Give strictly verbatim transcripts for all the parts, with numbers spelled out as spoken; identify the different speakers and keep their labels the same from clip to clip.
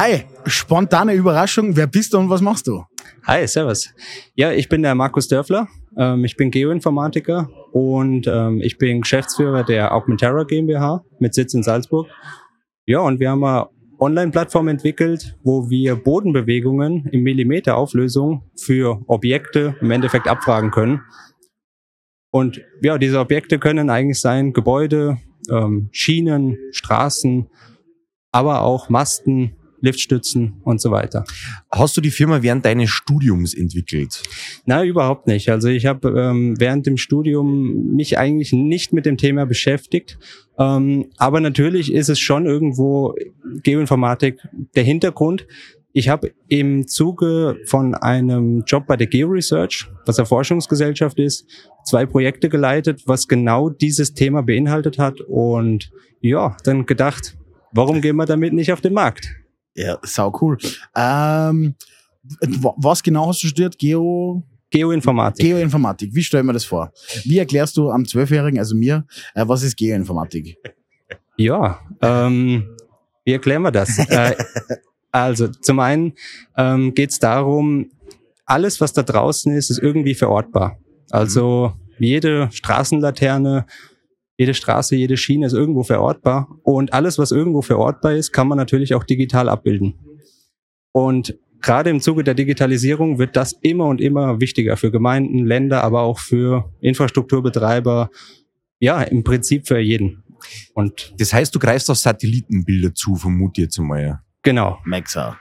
Speaker 1: Hi, spontane Überraschung. Wer bist du und was machst du?
Speaker 2: Hi, servus. Ja, ich bin der Markus Dörfler. Ähm, ich bin Geoinformatiker und ähm, ich bin Geschäftsführer der Augmentera GmbH mit Sitz in Salzburg. Ja, und wir haben eine Online-Plattform entwickelt, wo wir Bodenbewegungen in Millimeter-Auflösung für Objekte im Endeffekt abfragen können. Und ja, diese Objekte können eigentlich sein Gebäude, ähm, Schienen, Straßen, aber auch Masten, Liftstützen und so weiter.
Speaker 3: Hast du die Firma während deines Studiums entwickelt?
Speaker 2: Nein, überhaupt nicht. Also ich habe ähm, während dem Studium mich eigentlich nicht mit dem Thema beschäftigt. Ähm, aber natürlich ist es schon irgendwo Geoinformatik der Hintergrund. Ich habe im Zuge von einem Job bei der GeoResearch, was eine Forschungsgesellschaft ist, zwei Projekte geleitet, was genau dieses Thema beinhaltet hat. Und ja, dann gedacht, warum gehen wir damit nicht auf den Markt?
Speaker 1: Ja, sau cool. Ähm, was genau hast du studiert? Geo?
Speaker 2: Geoinformatik.
Speaker 1: Geoinformatik. Wie stellen wir das vor? Wie erklärst du am Zwölfjährigen, also mir, äh, was ist Geoinformatik?
Speaker 2: Ja, ähm, wie erklären wir das? äh, also zum einen ähm, geht es darum, alles, was da draußen ist, ist irgendwie verortbar. Also jede Straßenlaterne, jede Straße, jede Schiene ist irgendwo verortbar. Und alles, was irgendwo verortbar ist, kann man natürlich auch digital abbilden. Und gerade im Zuge der Digitalisierung wird das immer und immer wichtiger für Gemeinden, Länder, aber auch für Infrastrukturbetreiber. Ja, im Prinzip für jeden. Und
Speaker 3: das heißt, du greifst auf Satellitenbilder zu, vermute ich jetzt einmal.
Speaker 2: Genau.
Speaker 1: Maxa.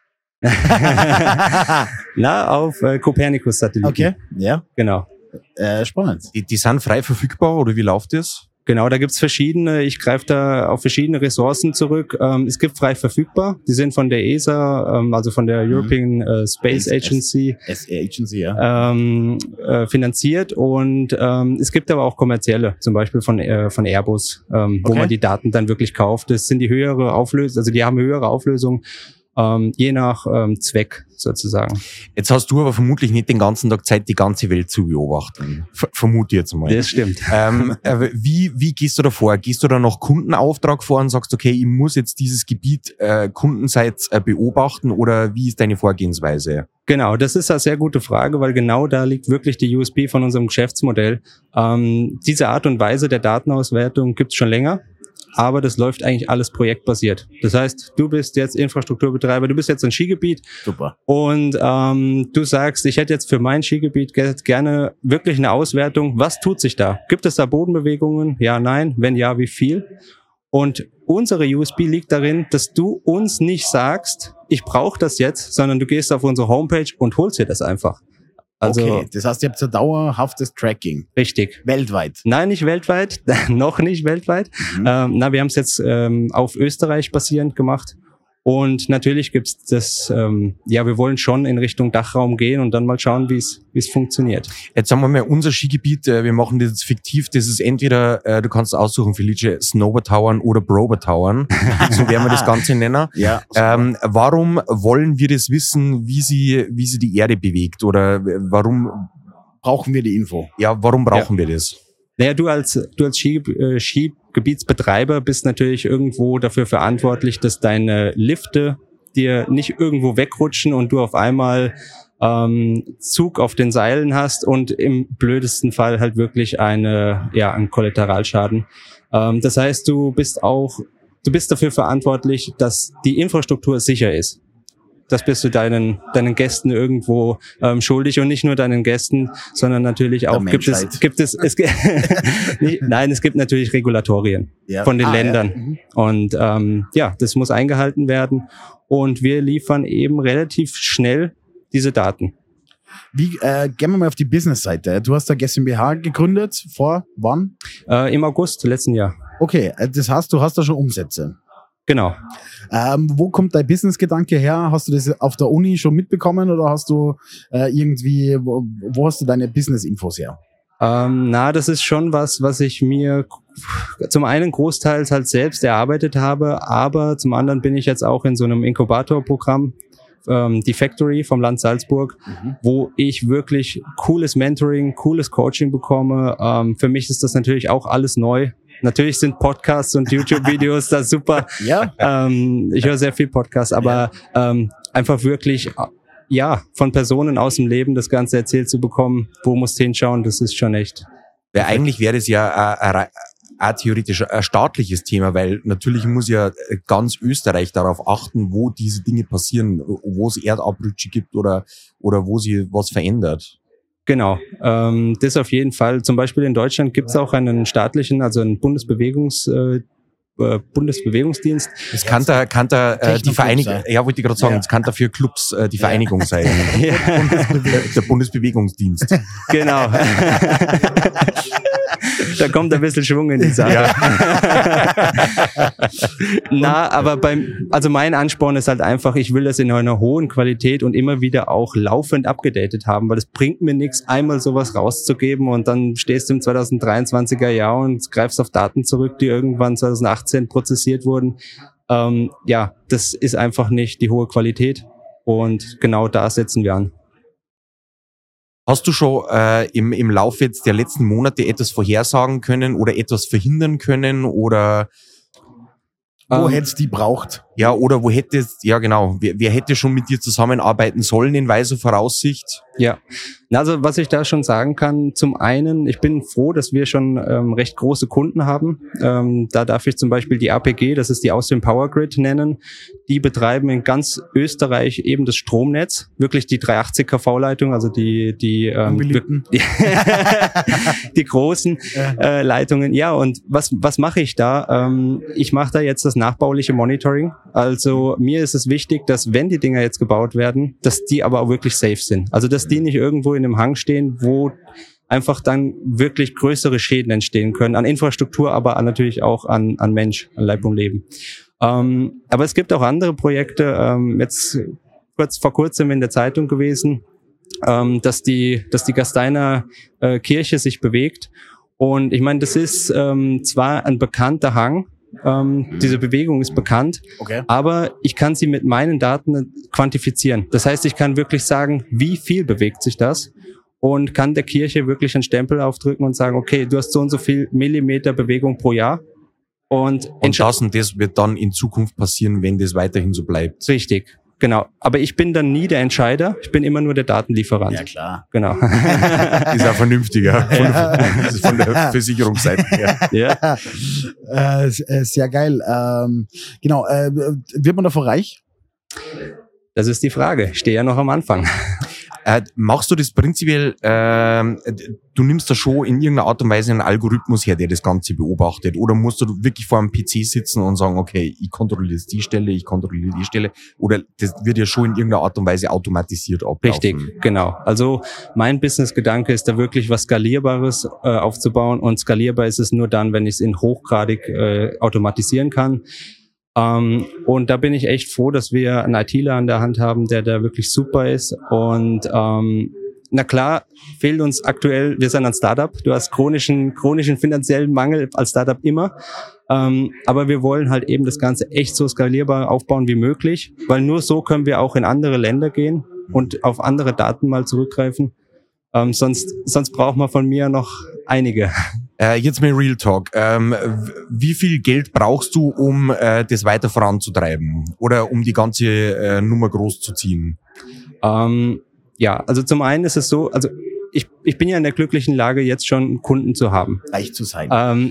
Speaker 2: Na, auf äh, Copernicus-Satelliten.
Speaker 1: Okay, ja.
Speaker 2: Genau.
Speaker 1: Äh, spannend.
Speaker 3: Die, die sind frei verfügbar oder wie läuft das?
Speaker 2: Genau, da gibt's verschiedene, ich greife da auf verschiedene Ressourcen zurück. Ähm, es gibt frei verfügbar, die sind von der E S A, ähm, also von der European äh, Space Agency,
Speaker 1: S Agency, ja.
Speaker 2: ähm, äh, finanziert und ähm, es gibt aber auch kommerzielle, zum Beispiel von äh, von Airbus, ähm, wo
Speaker 1: Okay.
Speaker 2: man die Daten dann wirklich kauft. Das sind die höhere Auflösung, also die haben höhere Auflösung, ähm, je nach ähm, Zweck sozusagen.
Speaker 3: Jetzt hast du aber vermutlich nicht den ganzen Tag Zeit, die ganze Welt zu beobachten. Ver- vermute ich jetzt mal.
Speaker 2: Das stimmt.
Speaker 3: ähm, äh, wie, wie gehst du da vor? Gehst du da nach Kundenauftrag vor und sagst, okay, ich muss jetzt dieses Gebiet äh, kundenseits äh, beobachten oder wie ist deine Vorgehensweise?
Speaker 2: Genau, das ist eine sehr gute Frage, weil genau da liegt wirklich die U S P von unserem Geschäftsmodell. Ähm, diese Art und Weise der Datenauswertung gibt's schon länger, aber das läuft eigentlich alles projektbasiert. Das heißt, du bist jetzt Infrastrukturbetreiber, du bist jetzt ein Skigebiet
Speaker 1: Super.
Speaker 2: und ähm, du sagst, ich hätte jetzt für mein Skigebiet ge- gerne wirklich eine Auswertung. Was tut sich da? Gibt es da Bodenbewegungen? Ja, nein. Wenn ja, wie viel? Und unsere U S P liegt darin, dass du uns nicht sagst, ich brauche das jetzt, sondern du gehst auf unsere Homepage und holst dir das einfach. Also
Speaker 1: Okay, das heißt, ihr habt so dauerhaftes Tracking.
Speaker 2: richtig.
Speaker 1: Weltweit.
Speaker 2: Nein, nicht weltweit, noch nicht weltweit.
Speaker 1: Mhm.
Speaker 2: Ähm, na, wir haben es jetzt ähm, auf Österreich basierend gemacht. Und natürlich gibt's das, ähm, ja, wir wollen schon in Richtung Dachraum gehen und dann mal schauen, wie es wie es funktioniert.
Speaker 3: Jetzt sagen wir mal, unser Skigebiet, äh, wir machen das jetzt fiktiv, das ist entweder, äh, du kannst aussuchen, Felice, Snowboard-Towern oder Brober-Towern, so werden wir das Ganze nennen.
Speaker 1: Ja.
Speaker 3: Ähm, warum wollen wir das wissen, wie sie, wie sie die Erde bewegt oder äh, warum,
Speaker 1: Brauchen wir die Info.
Speaker 3: ja, warum brauchen wir das?
Speaker 2: Naja, du als du als Ski, äh, Skigebietsbetreiber bist natürlich irgendwo dafür verantwortlich, dass deine Lifte dir nicht irgendwo wegrutschen und du auf einmal ähm, Zug auf den Seilen hast und im blödesten Fall halt wirklich eine ja einen Kollateralschaden. Ähm, das heißt, du bist auch du bist dafür verantwortlich, dass die Infrastruktur sicher ist. Das bist du deinen deinen Gästen irgendwo ähm, schuldig und nicht nur deinen Gästen, sondern natürlich auch gibt es
Speaker 1: Menschheit.
Speaker 2: gibt es es gi- nicht, nein, es gibt natürlich Regulatorien
Speaker 1: Ja.
Speaker 2: von den
Speaker 1: Ah,
Speaker 2: Ländern
Speaker 1: ja. Mhm.
Speaker 2: und ähm, ja, das muss eingehalten werden und wir liefern eben relativ schnell diese Daten.
Speaker 1: Wie, äh, gehen wir mal auf die Business-Seite. Du hast da GmbH gegründet, vor wann?
Speaker 2: Äh, Im August letzten Jahr.
Speaker 1: Okay, äh, das heißt, du hast da schon Umsätze.
Speaker 2: Genau.
Speaker 1: Ähm, wo kommt dein Business-Gedanke her? Hast du das auf der Uni schon mitbekommen oder hast du äh, irgendwie, wo, wo hast du deine Business-Infos her?
Speaker 2: Ähm, na, das ist schon was, was ich mir zum einen großteils halt selbst erarbeitet habe, aber zum anderen bin ich jetzt auch in so einem Inkubatorprogramm, ähm, die Factory vom Land Salzburg,
Speaker 1: Mhm.
Speaker 2: wo ich wirklich cooles Mentoring, cooles Coaching bekomme. Ähm, für mich ist das natürlich auch alles neu natürlich sind Podcasts und YouTube-Videos da super.
Speaker 1: Ja.
Speaker 2: Ähm, ich höre sehr viel Podcasts, aber ja. ähm, einfach wirklich, ja, von Personen aus dem Leben das Ganze erzählt zu bekommen, wo musst du hinschauen, das ist schon echt.
Speaker 3: Weil eigentlich wäre das ja ein, ein theoretisch ein staatliches Thema, weil natürlich muss ja ganz Österreich darauf achten, wo diese Dinge passieren, wo es Erdabbrüche gibt oder, oder wo sie was verändert.
Speaker 2: Genau, ähm, das auf jeden Fall. Zum Beispiel in Deutschland gibt es auch einen staatlichen, also einen Bundesbewegungs, äh, Bundesbewegungsdienst.
Speaker 3: Das kann da, kann da äh, die Vereinigung, ja, wollte ich gerade sagen, es ja. kann da für Clubs äh, die Vereinigung ja. sein. Ja. Der Bundesbewegungsdienst.
Speaker 2: Genau. Da kommt ein bisschen Schwung in die Sache. Ja. Na, aber beim, also mein Ansporn ist halt einfach, ich will das in einer hohen Qualität und immer wieder auch laufend abgedatet haben, weil es bringt mir nichts, einmal sowas rauszugeben und dann stehst du im zwanzig dreiundzwanziger Jahr und greifst auf Daten zurück, die irgendwann zwanzig achtzehn prozessiert wurden. Ähm, ja, das ist einfach nicht die hohe Qualität und genau da setzen wir an.
Speaker 3: Hast du schon äh, im, im Laufe jetzt der letzten Monate etwas vorhersagen können oder etwas verhindern können oder
Speaker 1: wo
Speaker 3: ähm,
Speaker 1: hättest die braucht?
Speaker 3: Ja, oder wo hättest, ja genau, wer, wer hätte schon mit dir zusammenarbeiten sollen in weiser Voraussicht?
Speaker 2: Ja, also was ich da schon sagen kann, zum einen, ich bin froh, dass wir schon ähm, recht große Kunden haben. Ähm, da darf ich zum Beispiel die A P G, das ist die Austrian Power Grid, nennen. Die betreiben in ganz Österreich eben das Stromnetz, wirklich die dreihundertachtzig Kilovolt Leitung, also die die ähm, die, die großen äh, Leitungen. Ja, und was was mache ich da? Ähm, ich mache da jetzt das nachbauliche Monitoring. Also mir ist es wichtig, dass wenn die Dinger jetzt gebaut werden, dass die aber auch wirklich safe sind. Also dass die nicht irgendwo in einem Hang stehen, wo einfach dann wirklich größere Schäden entstehen können. An Infrastruktur, aber natürlich auch an, an Mensch, an Leib und Leben. Ähm, aber es gibt auch andere Projekte, ähm, jetzt kurz vor kurzem in der Zeitung gewesen, ähm, dass die, dass die Gasteiner äh, Kirche sich bewegt. Und ich meine, das ist ähm, zwar ein bekannter Hang, Ähm, diese Bewegung ist bekannt, okay. aber ich kann sie mit meinen Daten quantifizieren. Das heißt, ich kann wirklich sagen, wie viel bewegt sich das und kann der Kirche wirklich einen Stempel aufdrücken und sagen, okay, du hast so und so viel Millimeter Bewegung pro Jahr. Und,
Speaker 3: und das und das wird dann in Zukunft passieren, wenn das weiterhin so bleibt.
Speaker 2: Richtig. Genau, aber ich bin dann nie der Entscheider, ich bin immer nur der Datenlieferant.
Speaker 1: Ja, klar.
Speaker 2: Genau.
Speaker 3: Ist auch vernünftiger von, ja. von der Versicherungsseite her.
Speaker 1: Ja. Äh, sehr geil. Ähm, genau, äh, wird man davon reich?
Speaker 2: Das ist die Frage, ich stehe ja noch am Anfang.
Speaker 3: Äh, machst du das prinzipiell, äh, du nimmst da schon in irgendeiner Art und Weise einen Algorithmus her, der das Ganze beobachtet, oder musst du wirklich vor einem P C sitzen und sagen, okay, ich kontrolliere jetzt die Stelle, ich kontrolliere die Stelle, oder das wird ja schon in irgendeiner Art und Weise automatisiert ablaufen?
Speaker 2: Richtig, genau. Also mein Business-Gedanke ist da wirklich was Skalierbares äh, aufzubauen, und skalierbar ist es nur dann, wenn ich es in hochgradig äh, automatisieren kann. Um, und da bin ich echt froh, dass wir einen ITler an der Hand haben, der da wirklich super ist. Und um, na klar, fehlt uns aktuell, wir sind ein Startup, du hast chronischen chronischen finanziellen Mangel als Startup immer. Um, aber wir wollen halt eben das Ganze echt so skalierbar aufbauen wie möglich, weil nur so können wir auch in andere Länder gehen und auf andere Daten mal zurückgreifen. Um, sonst sonst braucht man von mir noch einige.
Speaker 3: Äh, jetzt mal Real Talk. Ähm, wie viel Geld brauchst du, um äh, das weiter voranzutreiben oder um die ganze äh, Nummer groß zu ziehen?
Speaker 2: Ähm, ja, also zum einen ist es so, also ich, ich bin ja in der glücklichen Lage, jetzt schon Kunden zu haben.
Speaker 1: Reich zu sein.
Speaker 2: Ähm,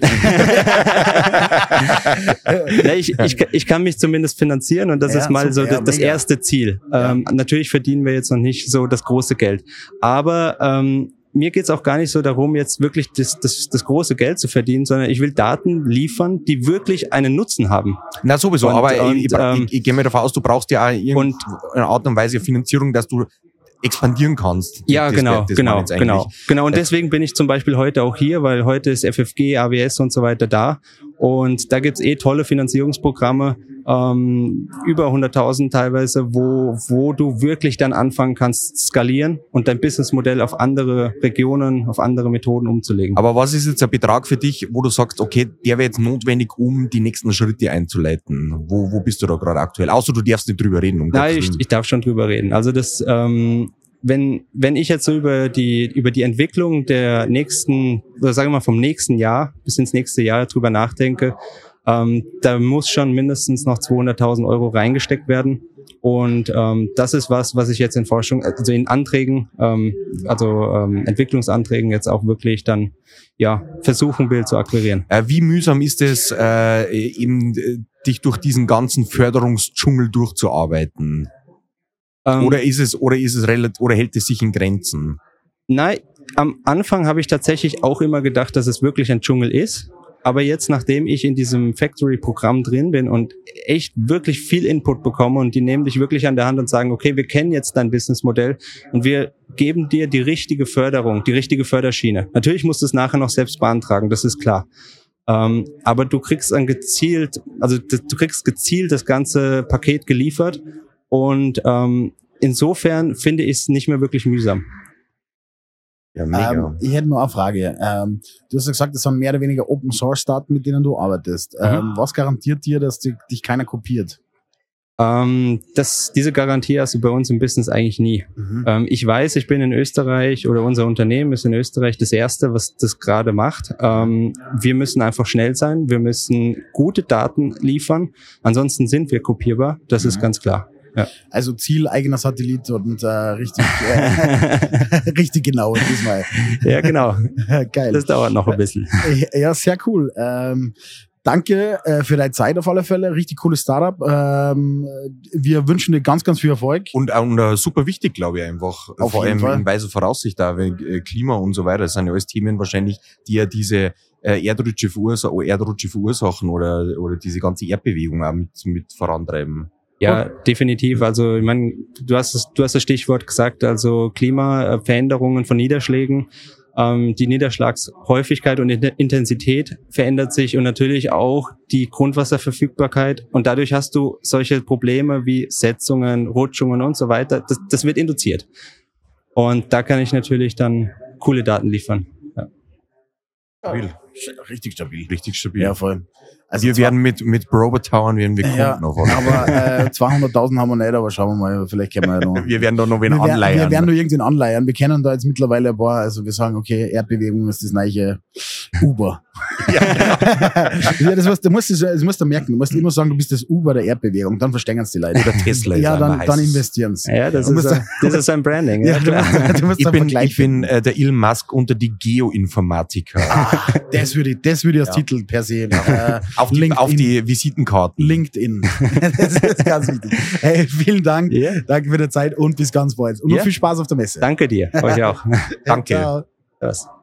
Speaker 2: ja, ich, ich, ich kann mich zumindest finanzieren, und das ja, ist mal so das, das erste Ziel. Ja. Ähm, natürlich verdienen wir jetzt noch nicht so das große Geld. Aber ähm, mir geht's auch gar nicht so darum, jetzt wirklich das, das, das große Geld zu verdienen, sondern ich will Daten liefern, die wirklich einen Nutzen haben.
Speaker 3: Na sowieso, und, aber und, ich, ich,
Speaker 2: ähm,
Speaker 3: ich, ich gehe mir davon aus, du brauchst ja auch irgendeine Art und Weise Finanzierung, dass du expandieren kannst.
Speaker 2: Ja,
Speaker 3: das,
Speaker 2: genau,
Speaker 3: das
Speaker 2: genau, genau, genau. Und deswegen bin ich zum Beispiel heute auch hier, weil heute ist F F G, A W S und so weiter da. Und da gibt's eh tolle Finanzierungsprogramme, ähm, über hunderttausend teilweise, wo wo du wirklich dann anfangen kannst, skalieren und dein Businessmodell auf andere Regionen, auf andere Methoden umzulegen.
Speaker 3: Aber was ist jetzt ein Betrag für dich, wo du sagst, okay, der wäre jetzt notwendig, um die nächsten Schritte einzuleiten? Wo wo bist du da gerade aktuell? Außer du darfst nicht drüber reden. Um
Speaker 2: Nein, ich, ich darf schon drüber reden. Also das ähm, wenn, wenn ich jetzt so über die, über die Entwicklung der nächsten, oder sagen wir mal vom nächsten Jahr bis ins nächste Jahr drüber nachdenke, ähm, da muss schon mindestens noch zweihunderttausend Euro reingesteckt werden. Und ähm, das ist was, was ich jetzt in Forschung, also in Anträgen, ähm, also ähm, Entwicklungsanträgen jetzt auch wirklich dann ja versuchen will zu akquirieren.
Speaker 3: Äh, wie mühsam ist es, äh, eben äh, dich durch diesen ganzen Förderungsdschungel durchzuarbeiten? Ähm, oder ist es oder ist es relativ oder hält es sich in Grenzen?
Speaker 2: Nein, am Anfang habe ich tatsächlich auch immer gedacht, dass es wirklich ein Dschungel ist. Aber jetzt, nachdem ich in diesem Factory-Programm drin bin und echt wirklich viel Input bekomme und die nehmen dich wirklich an der Hand und sagen, okay, wir kennen jetzt dein Businessmodell und wir geben dir die richtige Förderung, die richtige Förderschiene. Natürlich musst du es nachher noch selbst beantragen, das ist klar. Ähm, aber du kriegst dann gezielt, also du kriegst gezielt das ganze Paket geliefert und ähm, insofern finde ich es nicht mehr wirklich mühsam.
Speaker 3: Ja, mega.
Speaker 1: Ähm, ich hätte nur eine Frage. Ähm, du hast ja gesagt, das sind mehr oder weniger Open-Source-Daten, mit denen du arbeitest. Mhm. Ähm, was garantiert dir, dass die, dich keiner kopiert?
Speaker 2: Ähm, das, diese Garantie hast du bei uns im Business eigentlich nie. Mhm. Ähm, ich weiß, ich bin in Österreich oder unser Unternehmen ist in Österreich das erste, was das gerade macht. Ähm, wir müssen einfach schnell sein. Wir müssen gute Daten liefern. Ansonsten sind wir kopierbar. Das mhm. ist ganz klar. Ja.
Speaker 1: Also Ziel eigener Satellit und äh, richtig äh, richtig genau diesmal.
Speaker 2: Ja, genau.
Speaker 1: Geil.
Speaker 2: Das dauert noch ein bisschen.
Speaker 1: Ja, sehr cool. Ähm, danke äh, für deine Zeit auf alle Fälle. Richtig cooles Startup. Ähm, wir wünschen dir ganz, ganz viel Erfolg.
Speaker 3: Und, und uh, super wichtig, glaube ich, einfach.
Speaker 1: Auf
Speaker 3: Vor allem
Speaker 1: Fall.
Speaker 3: in weiser Voraussicht da, weil äh, Klima und so weiter, das sind ja alles Themen wahrscheinlich, die ja diese äh, Erdrutsche, verursachen, Erdrutsche verursachen oder, oder diese ganze Erdbewegung auch mit, mit vorantreiben.
Speaker 2: Ja, definitiv. Also ich meine, du hast das, du hast das Stichwort gesagt, also Klimaveränderungen von Niederschlägen. Ähm, die Niederschlagshäufigkeit und Intensität verändert sich und natürlich auch die Grundwasserverfügbarkeit. Und dadurch hast du solche Probleme wie Setzungen, Rutschungen und so weiter. Das, das wird induziert. Und da kann ich natürlich dann coole Daten liefern. Ja.
Speaker 3: Stabil.
Speaker 1: Richtig stabil.
Speaker 3: Richtig stabil.
Speaker 1: Ja, voll. Also
Speaker 3: wir werden mit, mit Robot Towern werden wir Kunden
Speaker 1: ja,
Speaker 3: noch.
Speaker 1: Aber äh, zweihunderttausend haben wir nicht, aber schauen wir mal, vielleicht können wir ja noch.
Speaker 3: Wir werden da noch wen
Speaker 1: wir
Speaker 3: anleiern.
Speaker 1: Wir werden nur irgendwen anleiern. Wir kennen da jetzt mittlerweile ein paar, also wir sagen, okay, Erdbewegung ist das neue Uber. Ja, ja das, musst, du musst, das musst du merken. Du musst immer sagen, du bist das Uber der Erdbewegung, dann verstehen es die Leute.
Speaker 3: Oder Tesla.
Speaker 1: Ja, dann, dann investieren sie.
Speaker 2: Ja, das, ist, ein, das ist ein Branding.
Speaker 1: Ja,
Speaker 2: ja,
Speaker 1: du musst, du musst
Speaker 3: ich, bin, ich bin äh, der Elon Musk unter die Geoinformatiker.
Speaker 1: Ah, das würde ich, das würde ich als ja. Titel per se. Äh,
Speaker 3: auf, die, auf die Visitenkarten.
Speaker 1: LinkedIn. Das ist ganz wichtig. Hey, vielen Dank. Yeah. Danke für die Zeit und bis ganz bald. Und yeah. noch viel Spaß auf der Messe.
Speaker 2: Danke dir. Euch auch.
Speaker 3: Danke.
Speaker 1: Ciao.
Speaker 2: Was?